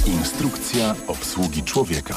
Instrukcja obsługi człowieka.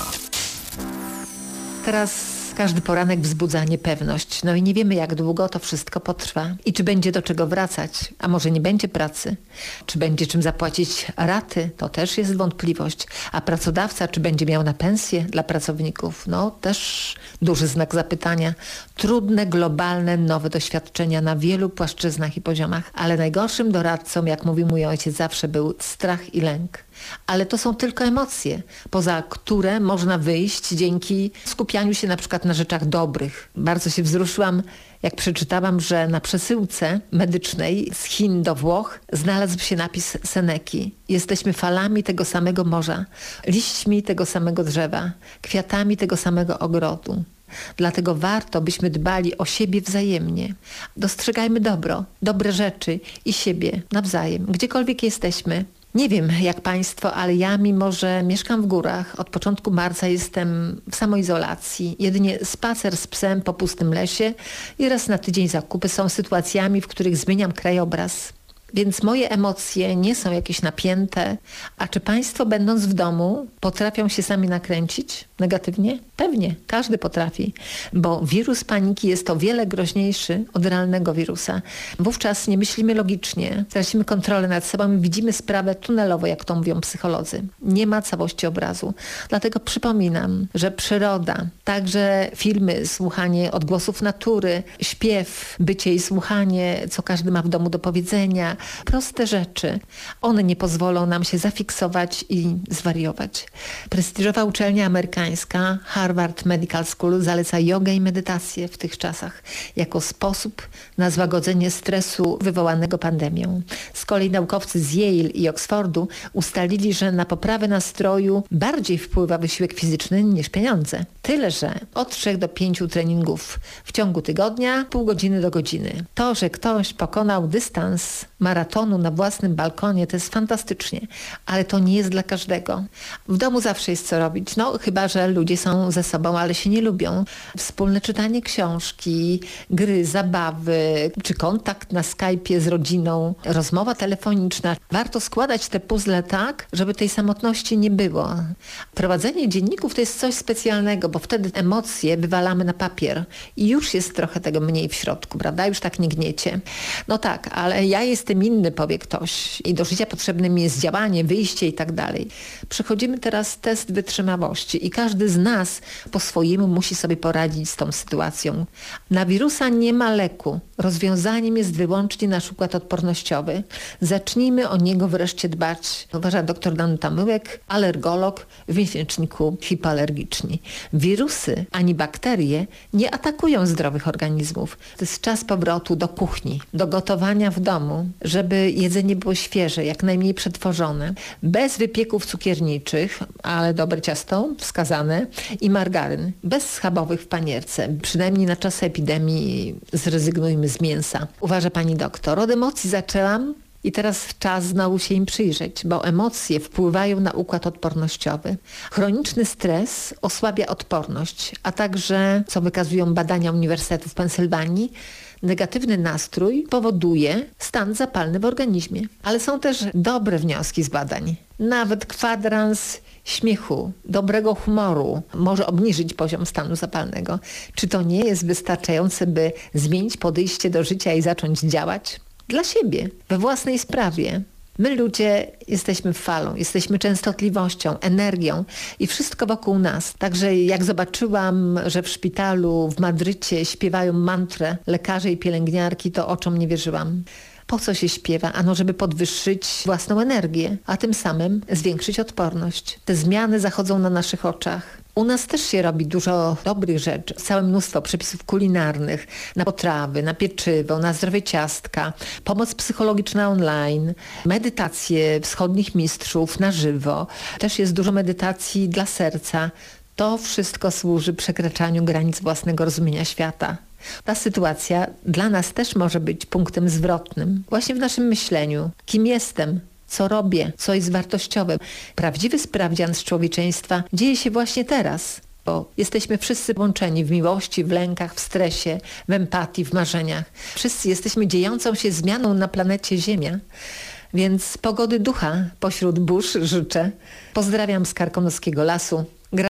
Teraz każdy poranek wzbudza niepewność. No i nie wiemy, jak długo to wszystko potrwa. I czy będzie do czego wracać, a może nie będzie pracy. Czy będzie czym zapłacić raty, to też jest wątpliwość. A pracodawca, czy będzie miał na pensję dla pracowników, no też duży znak zapytania. Trudne, globalne, nowe doświadczenia na wielu płaszczyznach i poziomach. Ale najgorszym doradcą, jak mówił mój ojciec, zawsze był strach i lęk. Ale to są tylko emocje, poza które można wyjść dzięki skupianiu się na przykład na rzeczach dobrych. Bardzo się wzruszyłam, jak przeczytałam, że na przesyłce medycznej z Chin do Włoch znalazł się napis Seneki. Jesteśmy falami tego samego morza, liśćmi tego samego drzewa, kwiatami tego samego ogrodu. Dlatego warto, byśmy dbali o siebie wzajemnie. Dostrzegajmy dobro, dobre rzeczy i siebie nawzajem, gdziekolwiek jesteśmy. Nie wiem jak Państwo, ale ja, mimo że mieszkam w górach, od początku marca jestem w samoizolacji. Jedynie spacer z psem po pustym lesie i raz na tydzień zakupy są sytuacjami, w których zmieniam krajobraz. Więc moje emocje nie są jakieś napięte. A czy Państwo, będąc w domu, potrafią się sami nakręcić negatywnie? Pewnie, każdy potrafi, bo wirus paniki jest o wiele groźniejszy od realnego wirusa. Wówczas nie myślimy logicznie, tracimy kontrolę nad sobą i widzimy sprawę tunelowo, jak to mówią psycholodzy. Nie ma całości obrazu. Dlatego przypominam, że przyroda, także filmy, słuchanie odgłosów natury, śpiew, bycie i słuchanie, co każdy ma w domu do powiedzenia, proste rzeczy. One nie pozwolą nam się zafiksować i zwariować. Prestiżowa uczelnia amerykańska Harvard Medical School zaleca jogę i medytację w tych czasach jako sposób na złagodzenie stresu wywołanego pandemią. Z kolei naukowcy z Yale i Oxfordu ustalili, że na poprawę nastroju bardziej wpływa wysiłek fizyczny niż pieniądze. Tyle, że od 3 do 5 treningów w ciągu tygodnia, pół godziny do godziny. To, że ktoś pokonał dystans maratonu na własnym balkonie, to jest fantastycznie, ale to nie jest dla każdego. W domu zawsze jest co robić, no chyba że ludzie są ze sobą, ale się nie lubią. Wspólne czytanie książki, gry, zabawy, czy kontakt na Skype'ie z rodziną, rozmowa telefoniczna. Warto składać te puzzle tak, żeby tej samotności nie było. Prowadzenie dzienników to jest coś specjalnego, bo wtedy emocje wywalamy na papier i już jest trochę tego mniej w środku, prawda? Już tak nie gniecie. No tak, ale ja jestem inny, powie ktoś, i do życia potrzebne mi jest działanie, wyjście i tak dalej. Przechodzimy teraz test wytrzymałości i każdy z nas po swojemu musi sobie poradzić z tą sytuacją. Na wirusa nie ma leku. Rozwiązaniem jest wyłącznie nasz układ odpornościowy. Zacznijmy o niego wreszcie dbać, uważa dr Danuta Myłek, alergolog w miesięczniku Hipoalergiczni. Wirusy ani bakterie nie atakują zdrowych organizmów. To jest czas powrotu do kuchni, do gotowania w domu, żeby jedzenie było świeże, jak najmniej przetworzone, bez wypieków cukierniczych, ale dobre ciasto wskazane i margaryn, bez schabowych w panierce. Przynajmniej na czas epidemii zrezygnujmy z mięsa. Uważa pani doktor, od emocji zaczęłam i teraz czas znowu się im przyjrzeć, bo emocje wpływają na układ odpornościowy. Chroniczny stres osłabia odporność, a także, co wykazują badania Uniwersytetu w Pensylwanii, negatywny nastrój powoduje stan zapalny w organizmie. Ale są też dobre wnioski z badań. Nawet kwadrans śmiechu, dobrego humoru może obniżyć poziom stanu zapalnego. Czy to nie jest wystarczające, by zmienić podejście do życia i zacząć działać? Dla siebie, we własnej sprawie. My ludzie jesteśmy falą, jesteśmy częstotliwością, energią i wszystko wokół nas. Także jak zobaczyłam, że w szpitalu w Madrycie śpiewają mantrę lekarze i pielęgniarki, to oczom nie wierzyłam. Po co się śpiewa? Ano, żeby podwyższyć własną energię, a tym samym zwiększyć odporność. Te zmiany zachodzą na naszych oczach. U nas też się robi dużo dobrych rzeczy, całe mnóstwo przepisów kulinarnych na potrawy, na pieczywo, na zdrowie ciastka, pomoc psychologiczna online, medytacje wschodnich mistrzów na żywo. Też jest dużo medytacji dla serca. To wszystko służy przekraczaniu granic własnego rozumienia świata. Ta sytuacja dla nas też może być punktem zwrotnym. Właśnie w naszym myśleniu. Kim jestem? Co robię? Co jest wartościowe? Prawdziwy sprawdzian z człowieczeństwa dzieje się właśnie teraz, bo jesteśmy wszyscy łączeni w miłości, w lękach, w stresie, w empatii, w marzeniach. Wszyscy jesteśmy dziejącą się zmianą na planecie Ziemia. Więc pogody ducha pośród burz życzę. Pozdrawiam z Karkonoskiego Lasu.